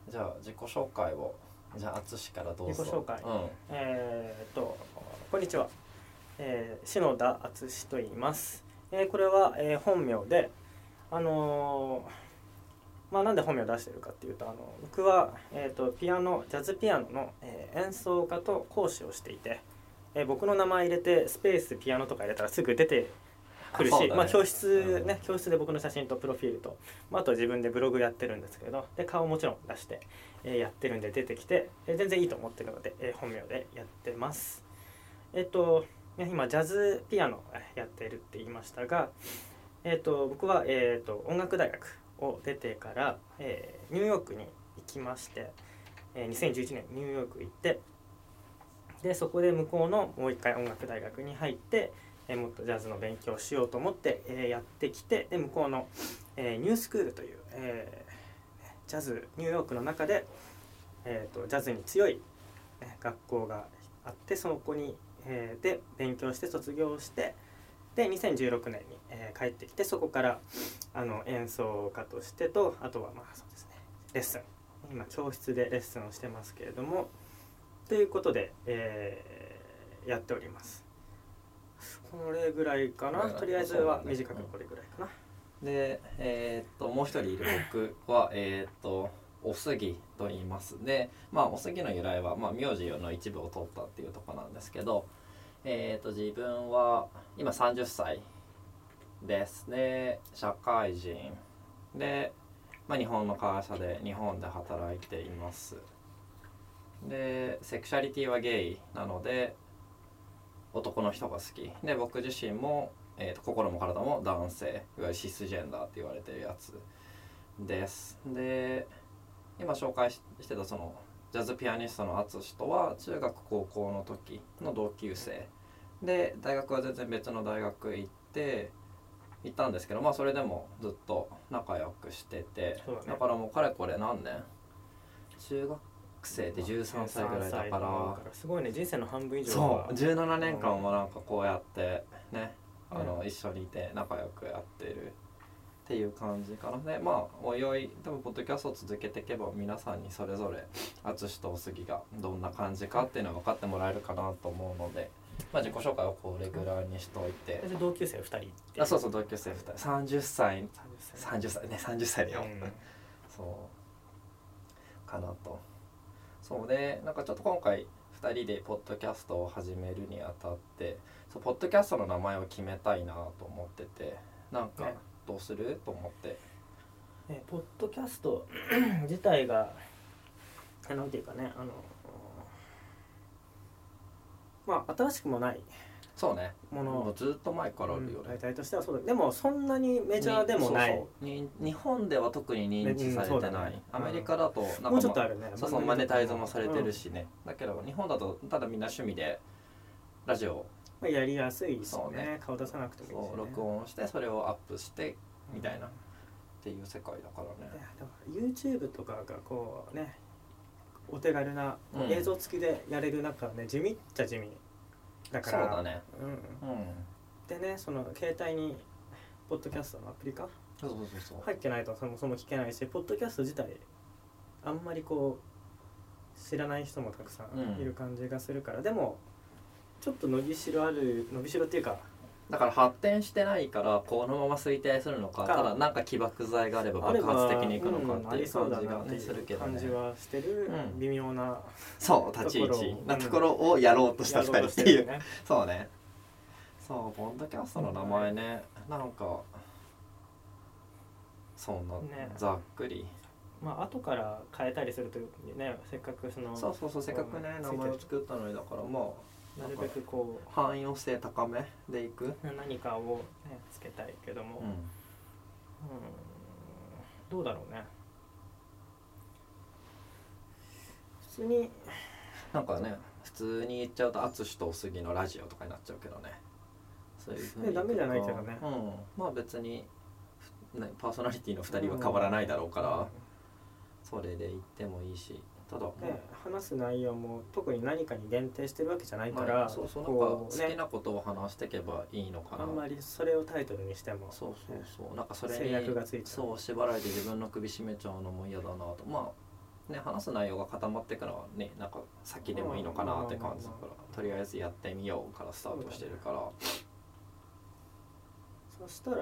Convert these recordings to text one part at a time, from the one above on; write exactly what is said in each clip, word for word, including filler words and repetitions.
じゃあ自己紹介をじゃあ淳からどうぞ。 自己紹介、 うん、 えー、っとこんにちは、えー、篠田淳と言います。えー、これは、えー、本名で、あのー、まあなんで本名を出してるかっていうと、あの僕は、えー、とピアノジャズピアノの、えー、演奏家と講師をしていて、えー、僕の名前入れてスペースピアノとか入れたらすぐ出てくるし、ね、まあ、教室ね、うん、教室で僕の写真とプロフィールと、まあ、あと自分でブログやってるんですけど、で顔もちろん出して、えー、やってるんで出てきて、えー、全然いいと思ってるので、えー、本名でやってます。えっと今ジャズピアノやってるって言いましたが、えっと僕は、えー、と音楽大学を出てから、えー、ニューヨークに行きまして、えー、にせんじゅういちねんニューヨーク行って、でそこで向こうのもう一回音楽大学に入って、えー、もっとジャズの勉強をしようと思って、えー、やってきて、で向こうの、えー、ニュースクールという、えー、ジャズニューヨークの中で、えー、とジャズに強い、ね、学校があって、そこに、えー、で勉強して卒業して、でにせんじゅうろくねんに、えー、帰ってきて、そこからあの演奏家としてと、あとはまあそうですね、レッスン、今教室でレッスンをしてますけれども、ということで、えー、やっております。これぐらいかな、とりあえずは短くこれぐらいかな。 で、えー、っともう一人いる僕はえー、っとおすぎと言います。で、まあおすぎの由来は、まあ、名字の一部を取ったっていうところなんですけど、えー、っと自分は今さんじゅっさいですね。社会人で、まあ、日本の会社で日本で働いています。でセクシャリティはゲイなので男の人が好きで、僕自身も、えー、と心も体も男性、いわゆるシスジェンダーって言われてるやつです。で今紹介してたそのジャズピアニストの淳とは中学高校の時の同級生で、大学は全然別の大学行って行ったんですけど、まあそれでもずっと仲良くしてて、 だ,、ね、だからもうかれこれ何年、中学生でじゅうさんさいぐらいだから、 すごいね、人生の半分以上。 そうじゅうななねんかんもなんかこうやってね、あの一緒にいて仲良くやってるっていう感じかな。でまあおいおい多分ポッドキャストを続けていけば皆さんにそれぞれ淳とおすぎがどんな感じかっていうのが分かってもらえるかなと思うので、まあ、自己紹介をこれぐらいにしといて。 同級生ふたり。 あ、そうそう、同級生ふたり、さんじゅっさいさんじゅっさいね、さんじゅっさいだよ、うん、そうかなと。そうで、なんかちょっと今回ふたりでポッドキャストを始めるにあたって、そうポッドキャストの名前を決めたいなと思ってて、なんかどうする、ね、と思って、 ね、ポッドキャスト自体がなんていうかね、あのまあ新しくもない、 そうね、 ものもうずっと前からあるよね、うん、 大体としてはそうだ。でもそんなにメジャーでもない。 そうそうに日本では特に認知されてない、ね、アメリカだとなんか、ま、 もうちょっとあるね。 そうそう、マネタイズもされてるしね、うん、だけど日本だとただみんな趣味でラジオやりやすいしね、ね、顔出さなくてもいいし、ね、 そう録音してそれをアップしてみたいな、うん、っていう世界だからね。 だから YouTube とかがこうね、お手軽な映像付きでやれる中ね、うん、地味っちゃ地味だから。 そうだね、 うんうん、でね、その携帯にポッドキャストのアプリかそうそうそうそう入ってないとそもそも聞けないし、ポッドキャスト自体あんまりこう知らない人もたくさんいる感じがするから、うん、でもちょっと伸びしろある、伸びしろっていうか、 だから発展してないからこのまま衰退するのか、ただなんか起爆剤があれば爆発的にいくのかっていう感じが、ね、するけどね、 感じはしてる、微妙な、うん、 そう立ち位置なところをやろうとしたふたりっていう、ね、そうね、そうポッドキャストの名前ね、うん、なんかそんな、ね、ざっくり、 まあ後から変えたりするとね、せっかくそのそうそうそう、せっかくね名前を作ったのに、だからまあなるべくこう汎用性高めでいく何かを、ね、つけたいけども、うん、うんどうだろうね。普通になんかね、普通に言っちゃうと淳とおすぎのラジオとかになっちゃうけどね、そういう風にダメじゃないけどね、 うん、まあ別にパーソナリティのふたりは変わらないだろうから、うん、それで言ってもいいし、ただ、 ね、話す内容も特に何かに限定してるわけじゃないから、 まあ、そうそう、なんか好きなことを話していけばいいのかな、 あんまりそれをタイトルにしても、 そうそうそう、なんかそれに制約がついてそう縛られて自分の首絞めちゃうのも嫌だなと、まあね、話す内容が固まっていくのはねなんか先でもいいのかなって感じだからとりあえずやってみようからスタートしてるからそ, そしたら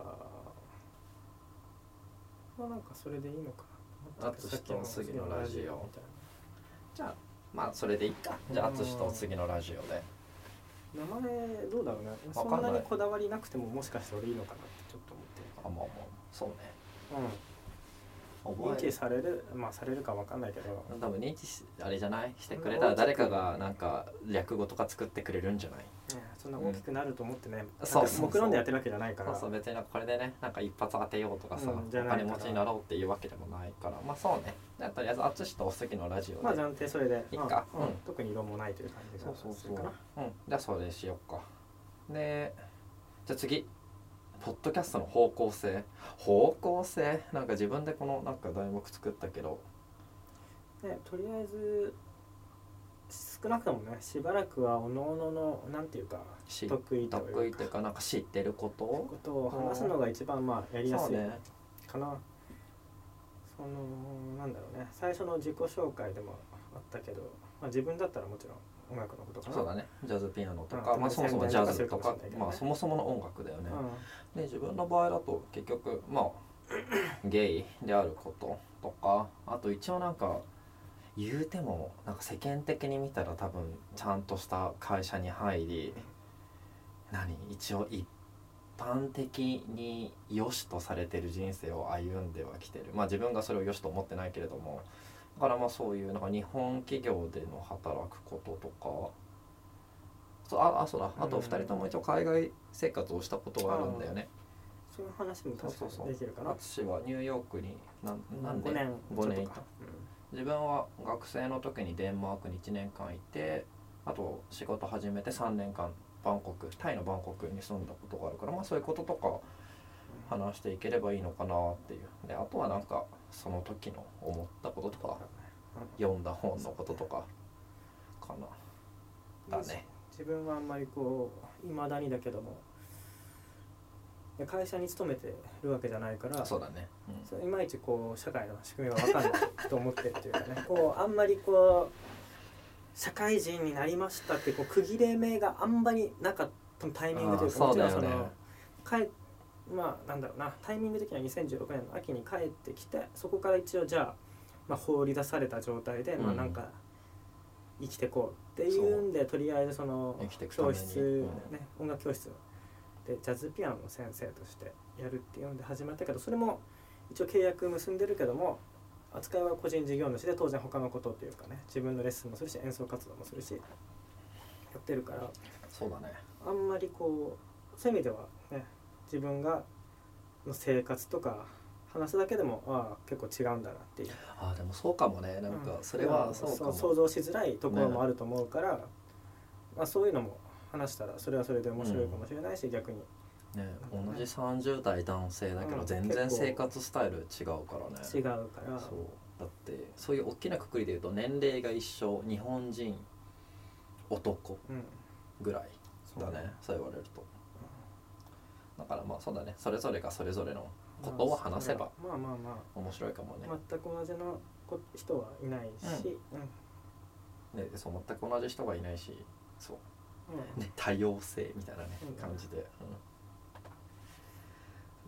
まあなんかそれでいいのかな。 あつしと次のラジオじゃあまあそれでいいか。じゃああつしと次のラジオで名前どうだろうね。そんなにこだわりなくてももしかして俺いいのかなってちょっと思ってる。 あまあまあそうねうん認知されるまあされるかわかんないけど多分認知しあれじゃないしてくれたら誰かがなんか略語とか作ってくれるんじゃない、 ね、そんな大きくなると思ってね、 うん、そうそうそう目論んでやってるわけじゃないからそうそう別になんかこれでねなんか一発当てようとかさ、 うん、 お金持ちになろうっていうわけでもないからまあそうねじゃあとりあえずあつしとおすぎのラジオでまあ暫定それでいいか、 うんうん、特に色もないという感じがするかな。 うんじゃあそれしようか。でじゃあ次ポッドキャストの方向性方向性なんか自分でこのなんか題目作ったけど、 ね、とりあえず少なくともねしばらくはおのおののなんていうか得意というか得意というかなんか知ってることことを話すのが一番まあやりやすいかな。そのなんだろうね最初の自己紹介でもあったけど、まあ、自分だったらもちろん音楽のことかな。 そうだねジャズピアノとか、うん、まあそもそもジャズとか、ね、まあそもそもの音楽だよね、うん、で自分の場合だと結局まあゲイであることとかあと一応なんか言うてもなんか世間的に見たら多分ちゃんとした会社に入り何一応一般的に良しとされてる人生を歩んではきてる。まあ自分がそれを良しと思ってないけれどもだからまあそういうなんか日本企業での働くこととかそう あ, あそうだあとふたりとも一応海外生活をしたことがあるんだよね。 そういう話も確かにできるかな。 私はニューヨークに何何年ごねんいた、うん、自分は学生の時にデンマークにいちねんかんいてあと仕事始めてさんねんかんバンコクタイのバンコクに住んだことがあるからまあそういうこととか話していければいいのかなっていうであとはなんかその時の思ったこととか読んだ本のこととかかなだね。 自分はあんまりこう未だにだけども会社に勤めてるわけじゃないからそうだね、 うん、いまいちこう社会の仕組みが分かんないと思ってるというかねこうあんまりこう社会人になりましたってこう区切れ目があんまりなかったタイミングというかもちろんその帰まあなんだろうなタイミング的にはにせんじゅうろくねんの秋に帰ってきてそこから一応じゃあ、まあ、放り出された状態で、うん、まあなんか生きてこうっていうんでとりあえずその教室、ね、音楽教室でジャズピアノの先生としてやるっていうので始まったけどそれも一応契約結んでるけども扱いは個人事業主で当然他のことっていうかね自分のレッスンもするし演奏活動もするしやってるからそうだねあんまりこうそういう意味ではね自分がの生活とか話すだけでもああ結構違うんだなっていうああでもそうかもねなんかそれはそうかも、 うん、想像しづらいところもあると思うから、ねまあ、そういうのも話したらそれはそれで面白いかもしれないし、うん、逆に、 ね、同じさんじゅう代男性だけど全然生活スタイル違うからね違うからそうだってそういう大きな括りで言うと年齢が一緒日本人男ぐらいだね、うん、そう言われると、うん、だからまあそうだねそれぞれがそれぞれのことを話せばまあまあまあ面白いかもね全く同じの人はいないし、 うんうん、ね、そう全く同じ人がいないしそう、うんね、多様性みたいなね、うん、感じで、うん、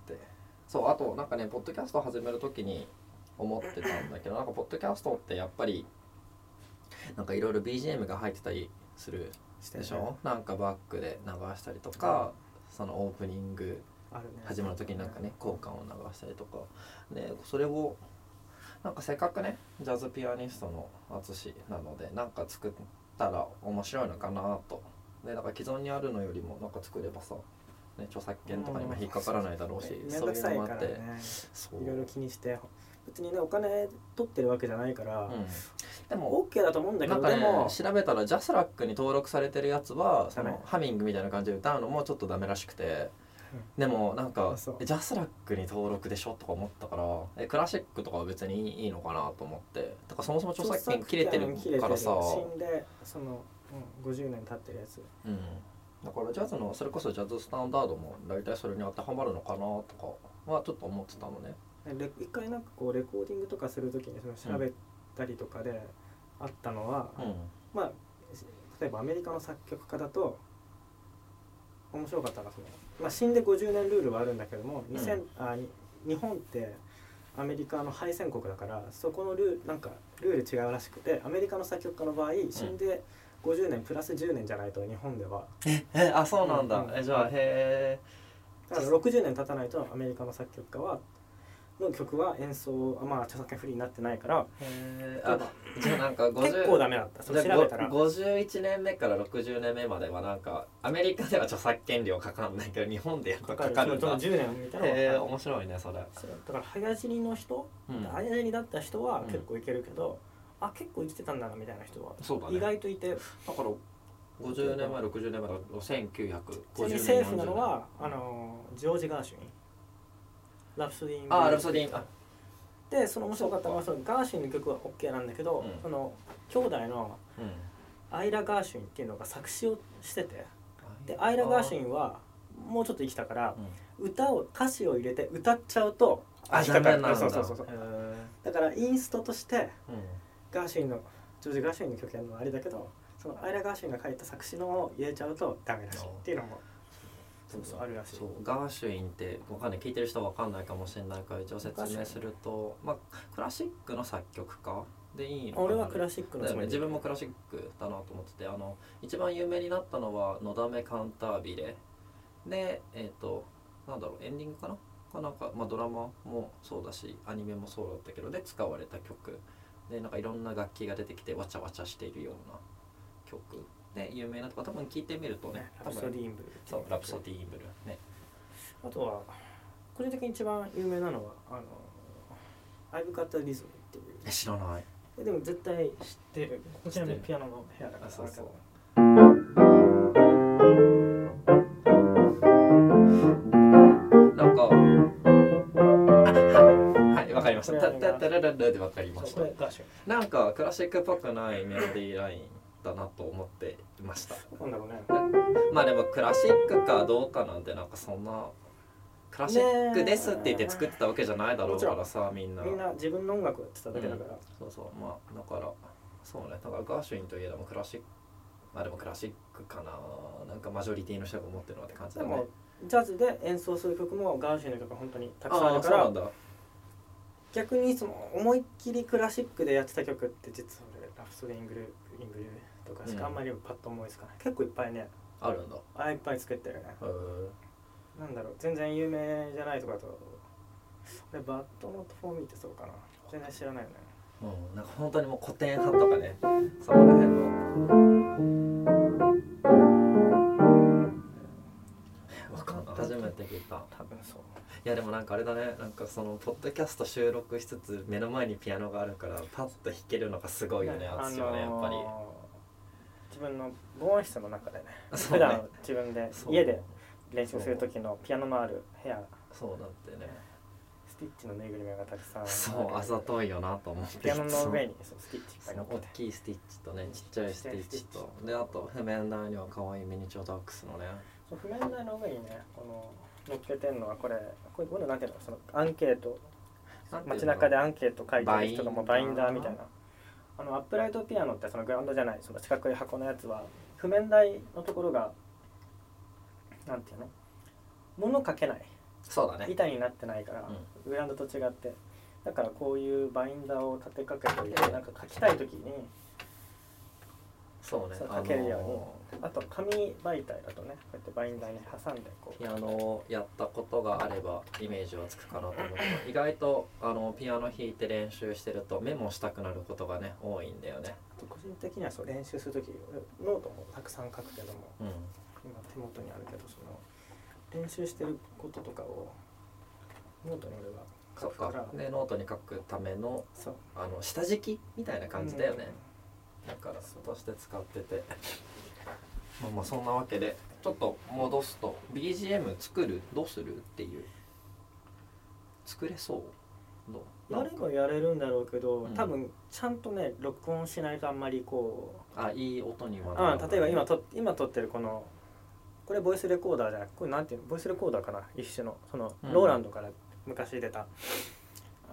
でそうあとなんかねポッドキャスト始める時に思ってたんだけどなんかポッドキャストってやっぱりなんかいろいろ ビージーエム が入ってたりするでしょ、ね、なんかバックで流したりとか、うん、そのオープニング始まる時になんかね効果を流したりとかでそれをなんかせっかくねジャズピアニストの淳なのでなんか作ったら面白いのかなとでなんか既存にあるのよりもなんか作ればさ、ね、著作権とかにも引っかからないだろうし、 うん、そういうのもあって、ね、いろいろ気にして別にねお金取ってるわけじゃないから、うん、 でも OK だと思うんだけどなんか、ね、 でも調べたらジャスラックに登録されてるやつはそのハミングみたいな感じで歌うのもちょっとダメらしくてでもなんかジャスラックに登録でしょとか思ったからえクラシックとかは別にいいのかなと思ってだからそもそも著作権切れてるからさ死んでその、うん、ごじゅうねん経ってるやつ、 うん、だからジャズのそれこそジャズスタンダードも大体それに当てはまるのかなとかはちょっと思ってたのね一回なんかこうレコーディングとかするときにその調べったりとかであったのは、 うんまあ例えばアメリカの作曲家だと面白かったのがその、まあ、死んでごじゅうねんルールはあるんだけども、にせん、あに日本ってアメリカの敗戦国だからそこのルーなんかルール違うらしくて、アメリカの作曲家の場合死んでごじゅうねんプラスじゅうねんじゃないと日本では、 ええあそうなんだ、 うんえじゃあへえだからろくじゅうねん経たないとアメリカの作曲家はの曲は演奏まあ著作権フリーになってないから、 へーあじゃあなんかごじゅう結構ダメだった。それ調べたらごじゅういちねんめからろくじゅうねんめまではなんかアメリカでは著作権料かかんないけど日本でやっぱかかるんだ。 そのじゅうねんみたいなのがへえ面白いねそれ。 そうだから早死にの人、 うん早死にだった人は結構いけるけど、うん、あ結構生きてたんだなみたいな人はそうだね、 意外といて、 だからごじゅうねんまえろくじゅうねんまえだとせんきゅうひゃくごじゅうねんセーフなのはあのジョージ・ガーシュウィンラプソディーンあラプソディーンあでその面白かったのはそのガーシュウィンの曲は OK なんだけど、 うん、 その兄弟のアイラ・ガーシュウィンっていうのが作詞をしてて、でアイラ・ガーシュウィンはもうちょっと生きたから、うん、歌を歌詞を入れて歌っちゃうとあダメなんだ。 そうそうそうそうだからインストとして、うん、ガーシュウィンのジョージ・ガーシュウィンの曲やるのはあれだけど、そのアイラ・ガーシュウィンが書いた作詞のを入れちゃうとダメらしいっていうのもそうそうあるらしい。 そうガーシュウィンってわかんない聞いてる人はわかんないかもしれないから一応説明すると、まあクラシックの作曲家でいいのかな。 俺はクラシックのつもり、 ね、自分もクラシックだなと思ってて、あの一番有名になったのはのだめカンタービレで、えっ、ー、となんだろうエンディングかなかなんか、まあ、ドラマもそうだしアニメもそうだったけどで使われた曲で、なんかいろんな楽器が出てきてわちゃわちゃしているような曲で有名なとこ多分聞いてみるとね、 ラプソディーンブルそうラプソディーンブルね。 あとは個人的に一番有名なのはあのアイブカッタリズムっていうえ知らないえでも絶対知ってる。こちらのピアノの部屋だからそうそうなんかはいわかりました。タッタッタラララでわかりました。なんかクラシックっぽくないメロディーラインだなと思っていました。 なんだろうね。 まあでもクラシックかどうかなんてなんかそんなクラシックですって言って作ってたわけじゃないだろうからさ、みんなみんな自分の音楽をやってただけだから、うん、 そうそうまあだからそうね、だからガーシュウィンといえばクラシックまあでもクラシックかな、なんかマジョリティの人が思ってるのって感じだね。でもジャズで演奏する曲もガーシュウィンの曲が本当にたくさんあるから、あ逆にその思いっきりクラシックでやってた曲って実は俺ラプソディーングルーイングルーとかしかあんまりパッと思いつかない、うん、結構いっぱいねあるんだ。 あいっぱい作ってるね。なんだろう全然有名じゃないとかだと俺バッドノットフォーミーってそうかな全然知らないよね。 うん、なんか本当にもう古典派とかねそこら辺のわかんない初めて聞いた。 多分そう。 いやでもなんかあれだね、なんかそのポッドキャスト収録しつつ目の前にピアノがあるからパッと弾けるのがすごいよね、あつしはねやっぱり。 自分の防音室の中でね、普段自分で家で練習する時のピアノのある部屋。 そうだってね。 スティッチのぬいぐるみがたくさん。 そうあざといよなと思って。 ピアノの上にそうスティッチいっぱい乗ってて。 大きいスティッチとねちっちゃいスティッチとであと譜面台には可愛いミニチュアダックスのね。 そう譜面台の上にねこの乗っけてんのはこれこれこういうのなんていうのそのアンケート街中でアンケート書いてる人のもバインダーみたいな。あのアップライトピアノってそのグラウンドじゃないその四角い箱のやつは譜面台のところがなんていうの物書けない。 そうだね。 板になってないから、うん、グラウンドと違ってだからこういうバインダーを立てかけておいてなんか書きたい時にそうねそう書けるように あ, のー、あと紙媒体だとねこうやってバインダーに挟んでこうピアノをやったことがあればイメージはつくかなと思うけど意外とあのピアノ弾いて練習してるとメモしたくなることがね多いんだよね。 あと個人的にはそう練習する時ノートもたくさん書くけども、うん、今手元にあるけどその練習してることとかをノートに俺は書くから。 でノートに書くためのあの下敷きみたいな感じだよね。だからとして使っててまあまあそんなわけでちょっと戻すと ビージーエム 作るどうするっていう作れそうどうやればやれるんだろうけど、うん、多分ちゃんとね録音しないとあんまりこうあいい音にはならない。例えば今と今撮ってるこのこれボイスレコーダーじゃないこれなんていうのボイスレコーダーかな一種のその、うん、ローランドから昔出たあ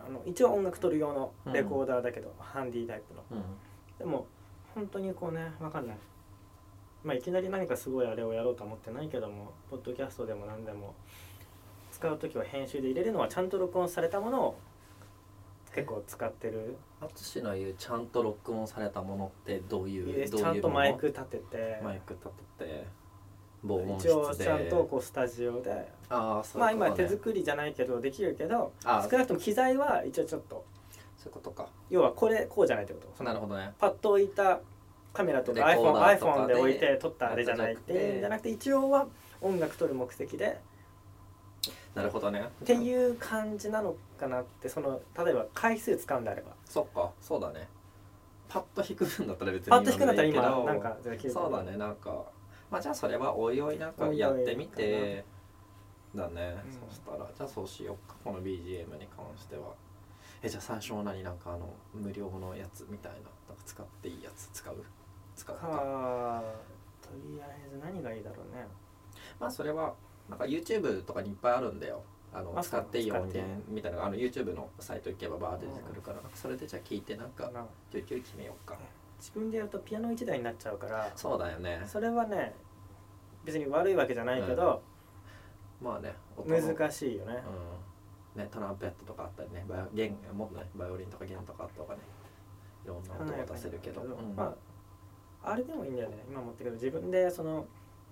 あの一応音楽撮る用のレコーダーだけど、うん、ハンディタイプの、 うん、 でも本当にこうね分かんない、まあいきなり何かすごいあれをやろうとは思ってないけども、ポッドキャストでも何でも使う時は編集で入れるのはちゃんと録音されたものを結構使ってる。 淳の言うちゃんと録音されたものってどういうどういうもの？ ちゃんとマイク立ててマイク立てて防音室で一応ちゃんとこうスタジオで、 ああそういうことね、 まあ今手作りじゃないけどできるけど、少なくとも機材は一応ちょっとそういうことか。 要はこれこうじゃないってこと。 なるほどね。 パッと置いたカメラとか iPhone, iPhone で置いて撮ったあれじゃないっていうんじゃなくて、一応は音楽撮る目的で。 なるほどね。 っていう感じなのかなって、その例えば回数使うんであれば。 そっか、そうだね。パッと弾く分だったら別にパッと弾くんだったら今なんかそうだね、なんかまあじゃあそれはおいおいなんかやってみてだね、うん、そしたらじゃあそうしようか、この ビージーエム に関しては。えじゃあ最初は何、なんかあの無料のやつみたいな、なんか使っていいやつ使う使うか。 とりあえず何がいいだろうね。 まあそれはなんか YouTube とかにいっぱいあるんだよ。あの使っていい音源みたいなのがあの YouTube のサイト行けばバーって出てくるから、それでじゃあ聞いてなんかちょいちょい決めようか。 自分でやるとピアノいちだいになっちゃうから。 そうだよね。 それはね別に悪いわけじゃないけど、 うん、まあね難しいよね。 うん、ねトランペットとかあったりね、バイオ弦もっとねバイオリンとか弦とかあった方がねいろんな音を出せるけど、うん、 まああれでもいいんだよね。今持ってくる自分でその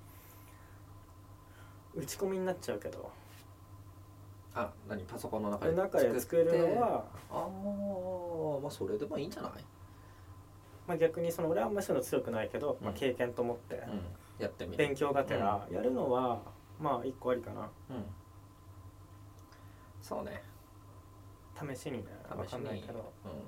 打ち込みになっちゃうけど。 あ、何パソコンの中で中で作るのはああまあそれでもいいんじゃない。 まあ逆にその俺はあんまりそういうの強くないけど、うん、まあ経験と思って、 うん、やってみる勉強がてらやるのは、うん、まあ一個ありかな。うん、 そうね。 試しにね。 試しに。 分かんないけど。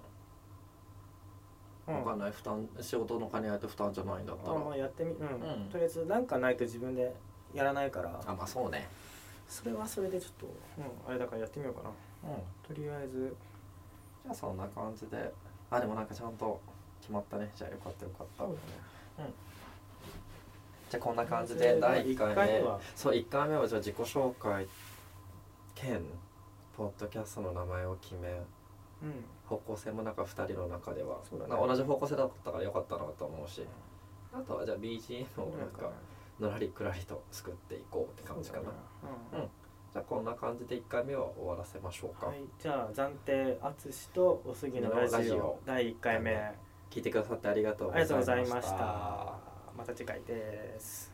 うん。分かんない、負担仕事の兼ね合いと負担じゃないんだったら。 あまあやってみ、うん、うん、とりあえずなんかないと自分でやらないから。 あまあそうね。 それはそれでちょっと、うん、あれだからやってみようかな。うん、とりあえずじゃあそんな感じで、あでもなんかちゃんと決まったね。じゃあよかったよかった。そうだね。うん。じゃあこんな感じでだいいっかいめはそういっかいめはじゃあ自己紹介兼ポッドキャストの名前を決め、うん、方向性もなんかふたりの中では、ね、同じ方向性だったからよかったなと思うし、うん、あとはじゃあ ビージーエム をなんかのらりくらりと作っていこうって感じかな。うん、うん、じゃあこんな感じでいっかいめは終わらせましょうか。 はい、じゃあ暫定淳とおすぎのラジオだいいっかいめ聞いてくださってありがとうございました。 ありがとうございました。また次回です。